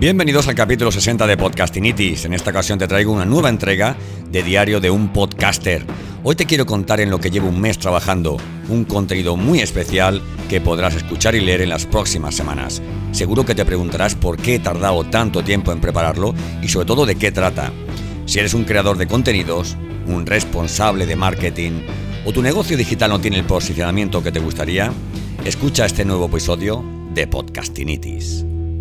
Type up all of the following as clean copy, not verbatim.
Bienvenidos al capítulo 60 de Podcastinitis. En esta ocasión te traigo una nueva entrega de Diario de un Podcaster. Hoy te quiero contar en lo que llevo un mes trabajando, un contenido muy especial que podrás escuchar y leer en las próximas semanas. Seguro que te preguntarás por qué he tardado tanto tiempo en prepararlo y sobre todo de qué trata. Si eres un creador de contenidos, un responsable de marketing o tu negocio digital no tiene el posicionamiento que te gustaría, escucha este nuevo episodio de Podcastinitis.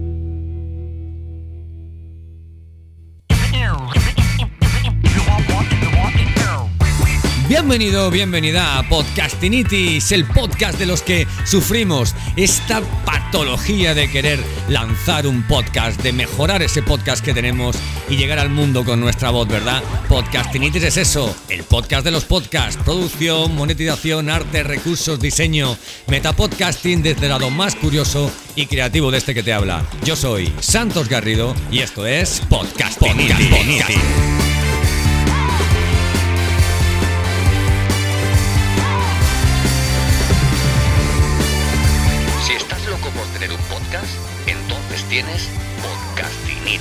Bienvenido, bienvenida a Podcastinitis, el podcast de los que sufrimos esta patología de querer lanzar un podcast, de mejorar ese podcast que tenemos y llegar al mundo con nuestra voz, ¿verdad? Podcastinitis es eso, el podcast de los podcasts, producción, monetización, arte, recursos, diseño, metapodcasting desde el lado más curioso y creativo de este que te habla. Yo soy Santos Garrido y esto es Podcastinitis. Entonces tienes Podcastinitis.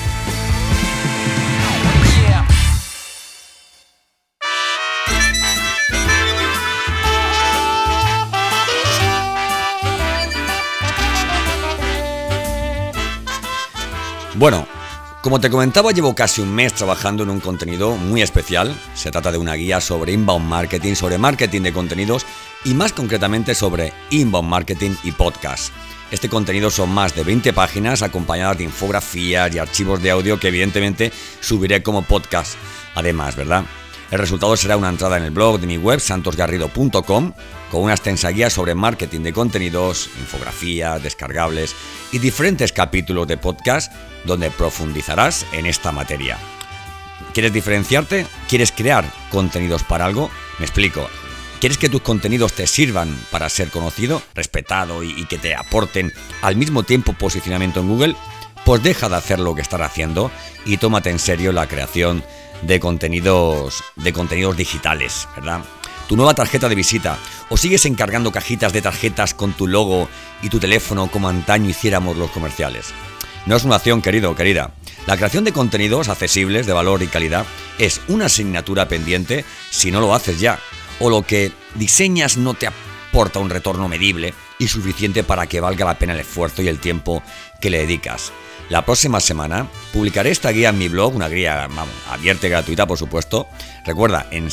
Bueno, como te comentaba, llevo casi un mes trabajando en un contenido muy especial. Se trata de una guía sobre inbound marketing, sobre marketing de contenidos y más concretamente sobre inbound marketing y podcast. Este contenido son más de 20 páginas acompañadas de infografías y archivos de audio que evidentemente subiré como podcast. Además, ¿verdad? El resultado será una entrada en el blog de mi web santosgarrido.com con una extensa guía sobre marketing de contenidos, infografías, descargables y diferentes capítulos de podcast donde profundizarás en esta materia. ¿Quieres diferenciarte? ¿Quieres crear contenidos para algo? Me explico. ¿Quieres que tus contenidos te sirvan para ser conocido, respetado y que te aporten al mismo tiempo posicionamiento en Google? Pues deja de hacer lo que estás haciendo y tómate en serio la creación de contenidos digitales, ¿verdad? Tu nueva tarjeta de visita, o sigues encargando cajitas de tarjetas con tu logo y tu teléfono como antaño hiciéramos los comerciales. No es una opción, querido o querida. La creación de contenidos accesibles, de valor y calidad es una asignatura pendiente si no lo haces ya. O lo que diseñas no te aporta un retorno medible y suficiente para que valga la pena el esfuerzo y el tiempo que le dedicas. La próxima semana publicaré esta guía en mi blog, una guía abierta y gratuita, por supuesto. Recuerda, en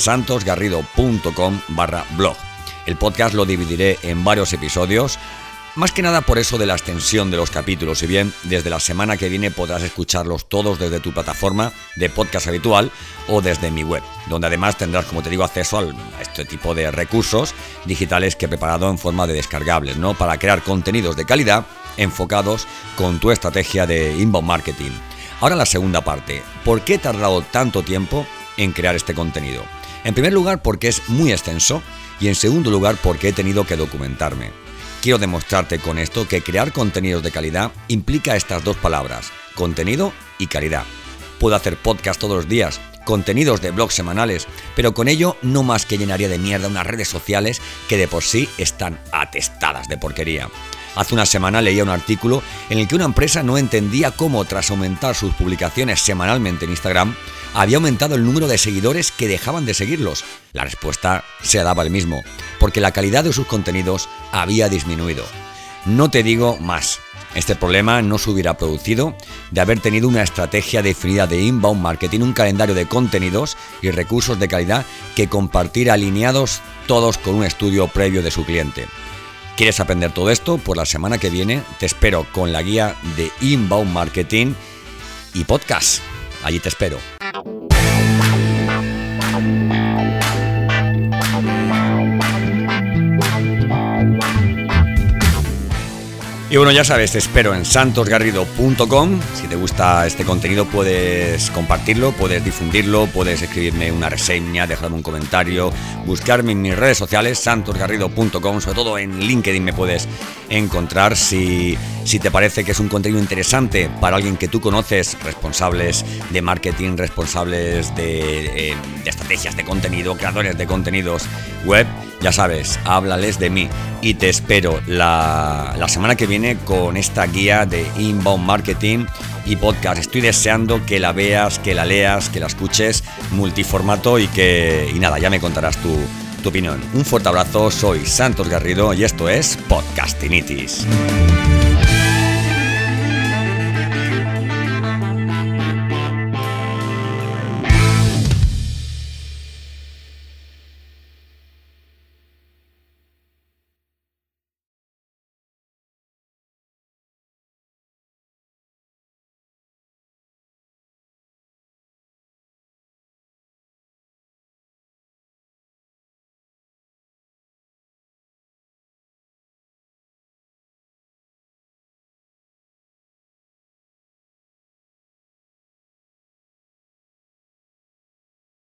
santosgarrido.com/blog. El podcast lo dividiré en varios episodios, más que nada por eso de la extensión de los capítulos. Si bien desde la semana que viene podrás escucharlos todos desde tu plataforma de podcast habitual o desde mi web, donde además tendrás, como te digo, acceso a este tipo de recursos digitales que he preparado en forma de descargables, ¿no? Para crear contenidos de calidad enfocados con tu estrategia de inbound marketing. Ahora la segunda parte. ¿Por qué he tardado tanto tiempo en crear este contenido? En primer lugar, porque es muy extenso y en segundo lugar, porque he tenido que documentarme. Quiero demostrarte con esto que crear contenidos de calidad implica estas dos palabras, contenido y calidad. Puedo hacer podcast todos los días, contenidos de blogs semanales, pero con ello no más que llenaría de mierda unas redes sociales que de por sí están atestadas de porquería. Hace una semana leía un artículo en el que una empresa no entendía cómo, tras aumentar sus publicaciones semanalmente en Instagram, había aumentado el número de seguidores que dejaban de seguirlos. La respuesta se daba el mismo, porque la calidad de sus contenidos había disminuido. No te digo más. Este problema no se hubiera producido de haber tenido una estrategia definida de inbound marketing, un calendario de contenidos y recursos de calidad que compartir alineados todos con un estudio previo de su cliente. ¿Quieres aprender todo esto? Pues la semana que viene te espero con la guía de inbound marketing y podcast. Allí te espero. Y bueno, ya sabes, te espero en santosgarrido.com. Si te gusta este contenido puedes compartirlo, puedes difundirlo, puedes escribirme una reseña, dejarme un comentario, buscarme en mis redes sociales, santosgarrido.com, sobre todo en LinkedIn me puedes encontrar si te parece que es un contenido interesante para alguien que tú conoces, responsables de marketing, responsables de estrategias de contenido, creadores de contenidos web. Ya sabes, háblales de mí y te espero la semana que viene con esta guía de inbound marketing y podcast. Estoy deseando que la veas, que la leas, que la escuches multiformato y nada, ya me contarás tu opinión. Un fuerte abrazo, soy Santos Garrido y esto es Podcastinitis.